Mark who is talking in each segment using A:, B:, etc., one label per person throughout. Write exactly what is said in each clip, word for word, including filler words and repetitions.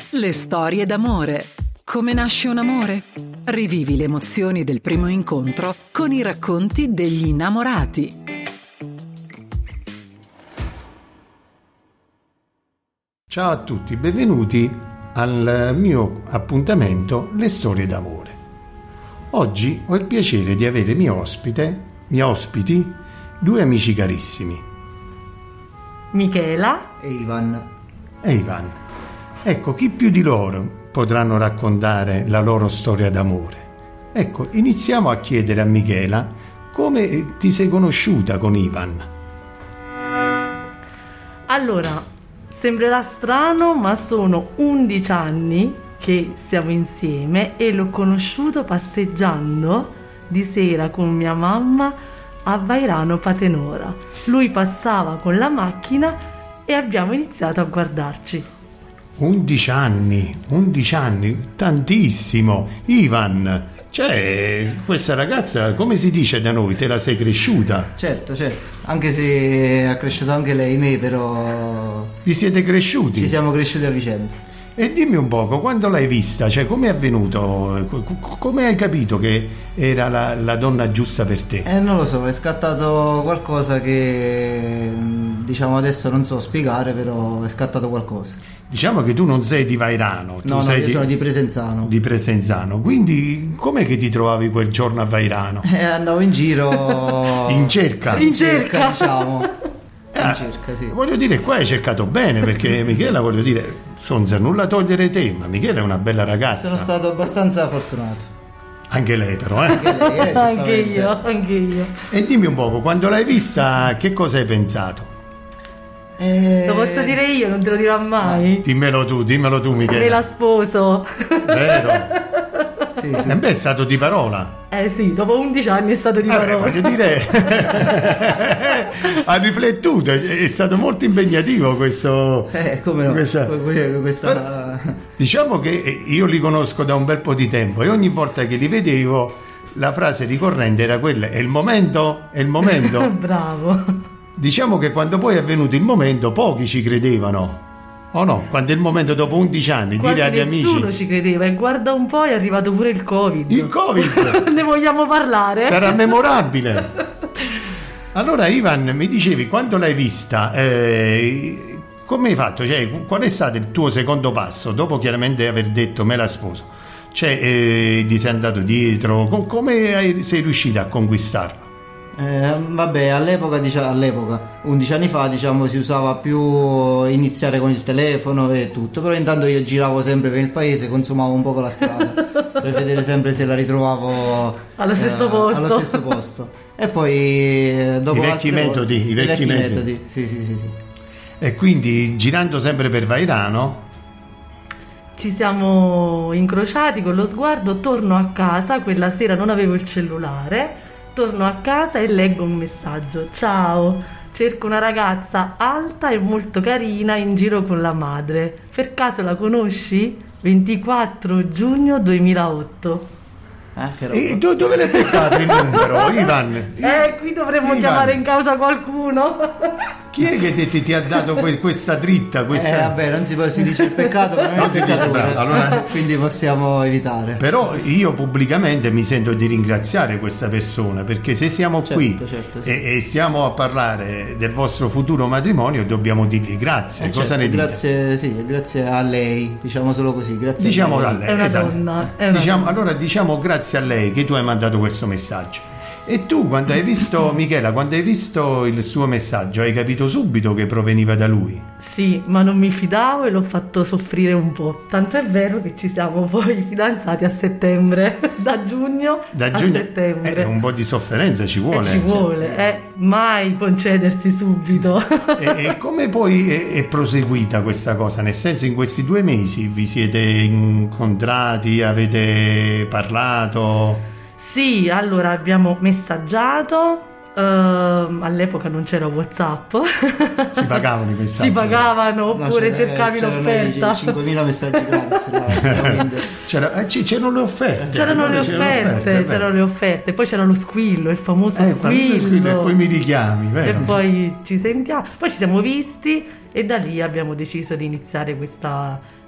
A: Le storie d'amore. Come nasce un amore? Rivivi le emozioni del primo incontro con i racconti degli innamorati.
B: Ciao a tutti, benvenuti al mio appuntamento Le storie d'amore. Oggi ho il piacere di avere mio ospite, mia ospiti, due amici carissimi.
C: Michela
D: e Ivan.
B: E Ivan. Ecco, chi più di loro potranno raccontare la loro storia d'amore? Ecco, iniziamo a chiedere a Michela come ti sei conosciuta con Ivan.
C: Allora, sembrerà strano, ma sono undici anni che siamo insieme e l'ho conosciuto passeggiando di sera con mia mamma a Vairano Patenora. Lui passava con la macchina e abbiamo iniziato a guardarci.
B: undici anni, undici anni, tantissimo. Ivan, cioè, questa ragazza, come si dice da noi, te la sei cresciuta?
D: Certo, certo, anche se ha cresciuto anche lei, me, però...
B: Vi siete cresciuti?
D: Ci siamo cresciuti a vicenda.
B: E dimmi un poco, quando l'hai vista, cioè come è avvenuto, come hai capito che era la, la donna giusta per te?
D: Eh, non lo so, è scattato qualcosa che, diciamo, adesso non so spiegare, però è scattato qualcosa.
B: Diciamo che tu non sei di Vairano. Tu
D: no,
B: sei
D: no, io
B: di,
D: sono di Presenzano.
B: Di Presenzano, quindi com'è che ti trovavi quel giorno a Vairano?
D: Eh, andavo in giro...
B: in cerca?
C: In cerca,
D: diciamo.
B: Ah,
D: cerca, sì.
B: Voglio dire, qua hai cercato bene, perché Michela, voglio dire, senza nulla togliere te, ma Michela è una bella ragazza.
D: Sono stato abbastanza fortunato.
B: Anche lei però, eh?
D: Anche lei, eh,
C: anche io, anche io.
B: E dimmi un poco, quando l'hai vista, che cosa hai pensato?
C: Eh... Lo posso dire io, non te lo dirò mai.
B: Ah, dimmelo tu, dimmelo tu, Michela.
C: Me la sposo.
B: Vero?
D: Sì, sì.
B: E beh, è stato di parola.
C: Eh sì, dopo undici anni è stato di
B: Vabbè,
C: parola.
B: voglio dire, ha riflettuto, è stato molto impegnativo questo.
D: Eh, come no?
B: Questa...
D: questa...
B: Diciamo che io li conosco da un bel po' di tempo e ogni volta che li vedevo la frase ricorrente era quella: è il momento? È il momento?
C: Bravo.
B: Diciamo che quando poi è venuto il momento pochi ci credevano. O no? Quando è il momento, dopo undici anni,
C: quasi
B: dire agli amici...
C: nessuno ci credeva e guarda un po' è arrivato pure il Covid.
B: Il Covid!
C: Ne vogliamo parlare?
B: Sarà memorabile. Allora Ivan, mi dicevi, quando l'hai vista, eh, come hai fatto? Cioè, qual è stato il tuo secondo passo? Dopo chiaramente aver detto me la sposo. Cioè, eh, gli sei andato dietro? Com- come hai, sei riuscita a conquistarlo?
D: Eh, vabbè, all'epoca, diciamo, all'epoca, undici anni fa, diciamo, si usava più iniziare con il telefono e tutto, però intanto io giravo sempre per il paese, consumavo un po' la strada per vedere sempre se la ritrovavo
C: allo stesso
D: eh,
C: posto.
D: allo stesso posto. E poi dopo
B: I vecchi metodi,
D: volte,
B: i vecchi,
D: vecchi
B: metodi.
D: metodi. Sì, sì, sì, sì.
B: E quindi girando sempre per Vairano
C: ci siamo incrociati con lo sguardo, torno a casa, quella sera non avevo il cellulare. Torno a casa e leggo un messaggio: ciao, cerco una ragazza alta e molto carina in giro con la madre, per caso la conosci? ventiquattro giugno duemilaotto.
D: Ah, che roba.
B: e do- dove l'hai beccato il numero, Ivan?
C: Eh, qui dovremmo
B: Ivan.
C: chiamare in causa qualcuno.
B: Chi è che ti, ti, ti ha dato que- questa dritta? Questa...
D: Eh vabbè, non si, può, si dice il peccato, ma non è
B: Non
D: un
B: si dice,
D: peccatore,
B: bravo, allora-
D: quindi possiamo evitare.
B: Però io pubblicamente mi sento di ringraziare questa persona, perché se siamo
D: Certo,
B: qui
D: certo, sì.
B: e, e stiamo a parlare del vostro futuro matrimonio, dobbiamo dirgli grazie.
D: Eh,
B: Cosa
D: certo,
B: ne dite?
D: grazie, sì, grazie a lei, diciamo solo così, grazie
B: Diciamo
D: a
B: a
D: lei.
B: lei,
C: È una
B: esatto.
C: donna, è una
B: Diciamo,
C: donna.
B: allora diciamo grazie a lei che tu hai mandato questo messaggio. E tu quando hai visto, Michela, quando hai visto il suo messaggio, hai capito subito che proveniva da lui?
C: Sì, ma non mi fidavo e l'ho fatto soffrire un po'. Tanto è vero che ci siamo poi fidanzati a settembre, da giugno,
B: Da
C: a
B: giugno
C: settembre.
B: eh, un po' di sofferenza ci vuole.
C: Eh, ci vuole, eh, mai concedersi subito.
B: E, e come poi è, è proseguita questa cosa? Nel senso, in questi due mesi vi siete incontrati, avete parlato?
C: Sì, allora abbiamo messaggiato. Uh, all'epoca non c'era WhatsApp.
B: Si pagavano i messaggi?
C: Si pagavano
D: No,
C: oppure
D: c'era-
C: cercavi
D: c'erano
C: l'offerta.
D: i cinquemila messaggi gratis là, veramente.
B: C'era, eh, c- c'erano le offerte.
C: C'erano le
B: C'erano
C: offerte,
B: beh.
C: c'erano le offerte. Poi c'era lo squillo, il famoso
B: Eh,
C: squillo.
B: fammi lo squillo e poi mi richiami,
C: E
B: vero?
C: poi ci sentiamo. Poi ci siamo visti e da lì abbiamo deciso di iniziare questa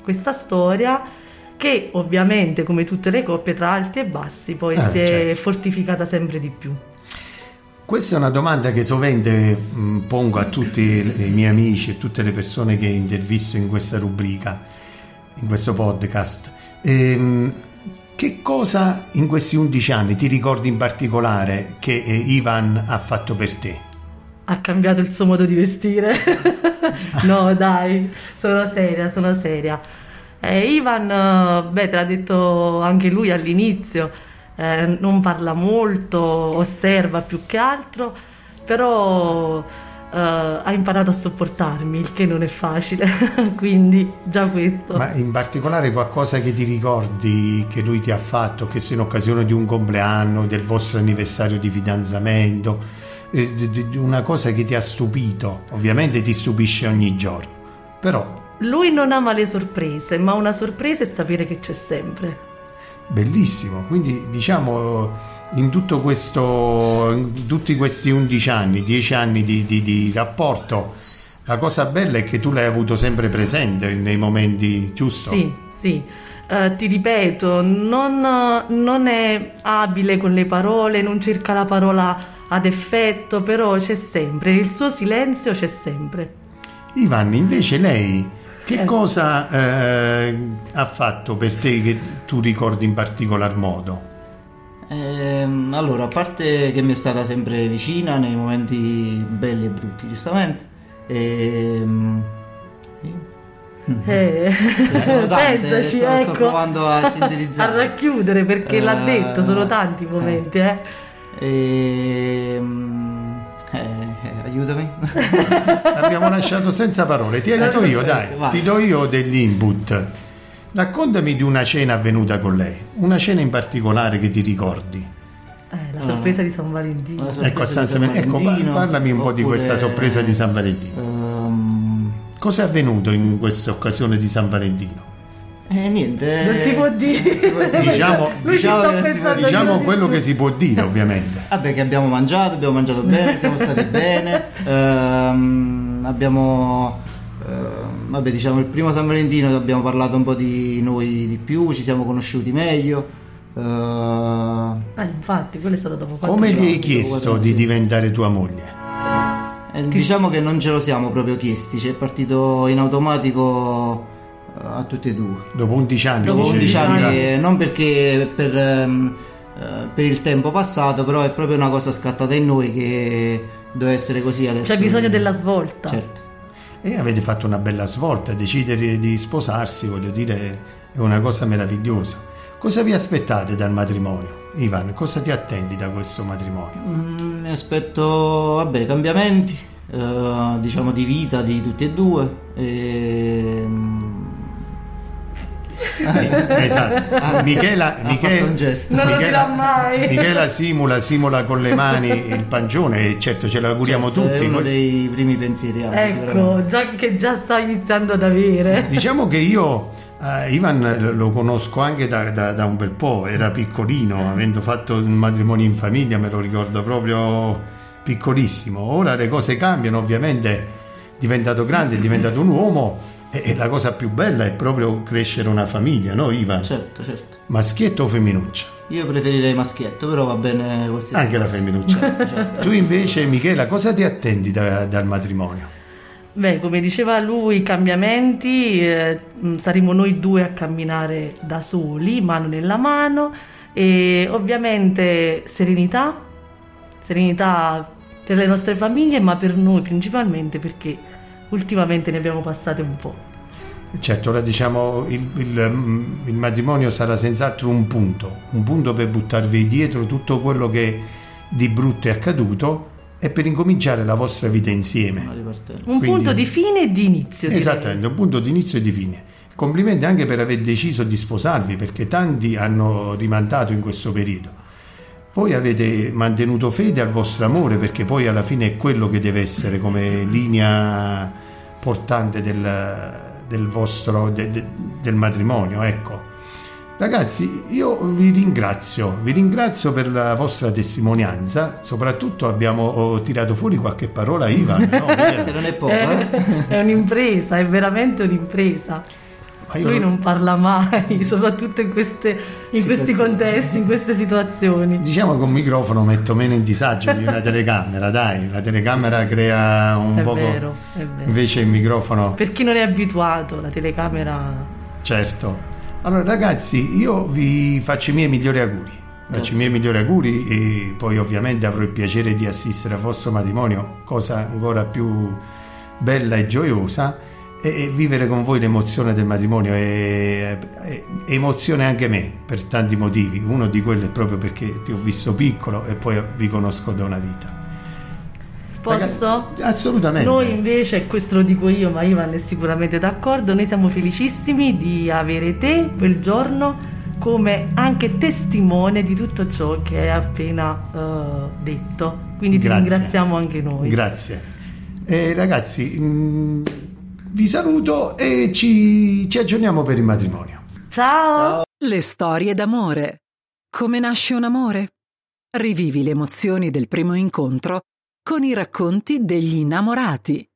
C: questa storia che ovviamente, come tutte le coppie, tra alti e bassi poi
B: Ah,
C: si è
B: certo.
C: fortificata sempre di più.
B: Questa è una domanda che sovente mh, pongo a tutti i miei amici e tutte le persone che intervisto in questa rubrica, in questo podcast. Ehm, che cosa in questi undici anni ti ricordi in particolare che eh, Ivan ha fatto per te?
C: Ha cambiato il suo modo di vestire. No, dai, sono seria, sono seria. Eh, Ivan, eh, beh, te l'ha detto anche lui all'inizio. Eh, non parla molto, osserva più che altro, però eh, ha imparato a sopportarmi, il che non è facile, quindi già questo.
B: Ma in particolare qualcosa che ti ricordi che lui ti ha fatto, che sia in occasione di un compleanno, del vostro anniversario di fidanzamento, eh, di- di- di una cosa che ti ha stupito? Ovviamente ti stupisce ogni giorno, però
C: Lui non ama le sorprese, ma una sorpresa è sapere che c'è sempre.
B: bellissimo. Quindi diciamo in tutto questo, in tutti questi undici anni, dieci anni di, di, di rapporto, la cosa bella è che tu l'hai avuto sempre presente nei momenti, giusto?
C: Sì, sì. Eh, ti ripeto, non, non è abile con le parole, non cerca la parola ad effetto, però c'è sempre, il suo silenzio c'è sempre.
B: Ivan, invece lei che
C: Eh.
B: cosa eh, ha fatto per te che tu ricordi in particolar modo?
D: Ehm, allora, a parte che mi è stata sempre vicina nei momenti belli e brutti, giustamente. Ehm,
C: Eh,
D: Ce sono tante,
C: pensaci,
D: sto- sto
C: ecco,
D: provando a sintetizzare.
C: a racchiudere, perché l'ha
D: Eh,
C: detto, sono tanti i momenti, eh.
D: Ehm, eh, eh, aiutami.
B: L'abbiamo lasciato senza parole, ti aiuto io, dai,
D: Vai.
B: ti do io degli input. Raccontami di una cena avvenuta con lei, una cena in particolare che ti ricordi.
C: Eh, la sorpresa di San Valentino.
D: La sorpresa
B: Ecco, a San
D: di San
B: Semen- ecco, pa-
D: Valentino,
B: parlami un po' di
D: oppure,
B: questa sorpresa di San Valentino.
D: ehm,
B: Cosa è avvenuto in questa occasione di San Valentino?
D: eh, niente.
C: Non si può dire.
D: non si può dire.
B: Diciamo-
C: Lui ci
D: diciamo
C: sta
D: che non si può
C: pensando
D: dire.
B: Diciamo
C: io.
B: quello che si può dire, ovviamente.
D: Vabbè, che abbiamo mangiato, abbiamo mangiato bene, siamo stati bene, ehm, abbiamo, ehm, vabbè, diciamo il primo San Valentino abbiamo parlato un po' di noi di più, ci siamo conosciuti meglio. eh,
C: Ah, infatti, quello è stato dopo quattro
B: Come gli
C: giorni.
B: hai chiesto di diventare tua moglie?
D: e diciamo che non ce lo siamo proprio chiesti, ci è partito in automatico eh, a tutti e due.
B: Dopo undici anni?
D: Dopo
B: dicevi,
D: undici anni,
B: Ivan?
D: eh, non perché per, ehm, eh, per il tempo passato, però è proprio una cosa scattata in noi che deve essere così adesso.
C: C'è bisogno della svolta.
D: Certo.
B: E avete fatto una bella svolta, decidere di sposarsi, voglio dire, è una cosa meravigliosa. Cosa vi aspettate dal matrimonio? Ivan, cosa ti attendi da questo matrimonio?
D: Mm, mi aspetto, vabbè, cambiamenti, eh, diciamo di vita di tutti e due. E,
B: Eh, esatto.
D: Ah,
B: Michela,
D: ha
B: Michela,
D: fatto un gesto.
C: Non lo dirà mai.
B: Michela simula, simula con le mani il pancione e certo ce l'auguriamo
D: Certo,
B: tutti.
D: è uno
B: Cos-
D: dei primi pensieri anche,
C: Ecco,
D: sicuramente.
C: già, che già sta iniziando ad avere.
B: Diciamo che io eh, Ivan lo conosco anche da, da- da un bel po', era piccolino, avendo fatto un matrimonio in famiglia me lo ricordo proprio piccolissimo. Ora le cose cambiano, ovviamente è diventato grande, è diventato un uomo e, e la cosa più bella è proprio crescere una famiglia, no Ivan?
D: Certo, certo.
B: Maschietto o femminuccia?
D: Io preferirei maschietto, però va bene qualsiasi
B: Anche la
D: cosa.
B: femminuccia.
D: Certo.
B: Tu invece Michela cosa ti attendi da- dal matrimonio?
C: Beh, come diceva lui, cambiamenti, eh, mh, saremo noi due a camminare da soli, mano nella mano, e ovviamente serenità, serenità per le nostre famiglie, ma per noi principalmente perché ultimamente ne abbiamo passate un po'.
B: Certo, ora diciamo il, il, il matrimonio sarà senz'altro un punto, un punto per buttarvi dietro tutto quello che di brutto è accaduto e per incominciare la vostra vita insieme.
D: Una ripartenza.
C: Un
B: Quindi-
C: punto di fine e di inizio. direi.
B: Esattamente, un punto di inizio e di fine. Complimenti anche per aver deciso di sposarvi, perché tanti hanno rimandato in questo periodo. Voi avete mantenuto fede al vostro amore, perché poi alla fine è quello che deve essere come linea portante del, del vostro de- de- del matrimonio, ecco. Ragazzi, io vi ringrazio, vi ringrazio per la vostra testimonianza, soprattutto abbiamo oh, tirato fuori qualche parola Ivan, no?
D: Che non è poco, eh?
C: È un'impresa, è veramente un'impresa.
B: Ma io
C: Lui
B: lo-
C: non parla mai, soprattutto in, queste, in questi
D: Situazioni.
C: contesti, in queste situazioni.
B: Diciamo che un microfono metto meno in disagio di una telecamera, dai, la telecamera crea un
C: È
B: poco...
C: vero, è vero.
B: Invece il microfono...
C: Per chi non è abituato, la telecamera...
B: Certo. Allora ragazzi, io vi faccio i miei migliori auguri. Faccio
D: Grazie.
B: i miei migliori auguri e poi ovviamente avrò il piacere di assistere al vostro matrimonio, cosa ancora più bella e gioiosa, e, e vivere con voi l'emozione del matrimonio è, è- emozione anche me per tanti motivi. Uno di quelli è proprio perché ti ho visto piccolo e poi vi conosco da una vita.
C: Posso?
B: Ragazzi, assolutamente.
C: Noi invece, e questo lo dico io, ma Ivan è sicuramente d'accordo, noi siamo felicissimi di avere te quel giorno come anche testimone di tutto ciò che hai appena eh, detto. Quindi ti
B: Grazie.
C: ringraziamo anche noi.
B: Grazie. Eh, ragazzi, mh, vi saluto e ci, ci aggiorniamo per il matrimonio.
C: Ciao.
A: Le storie d'amore. Come nasce un amore? Rivivi le emozioni del primo incontro con i racconti degli innamorati.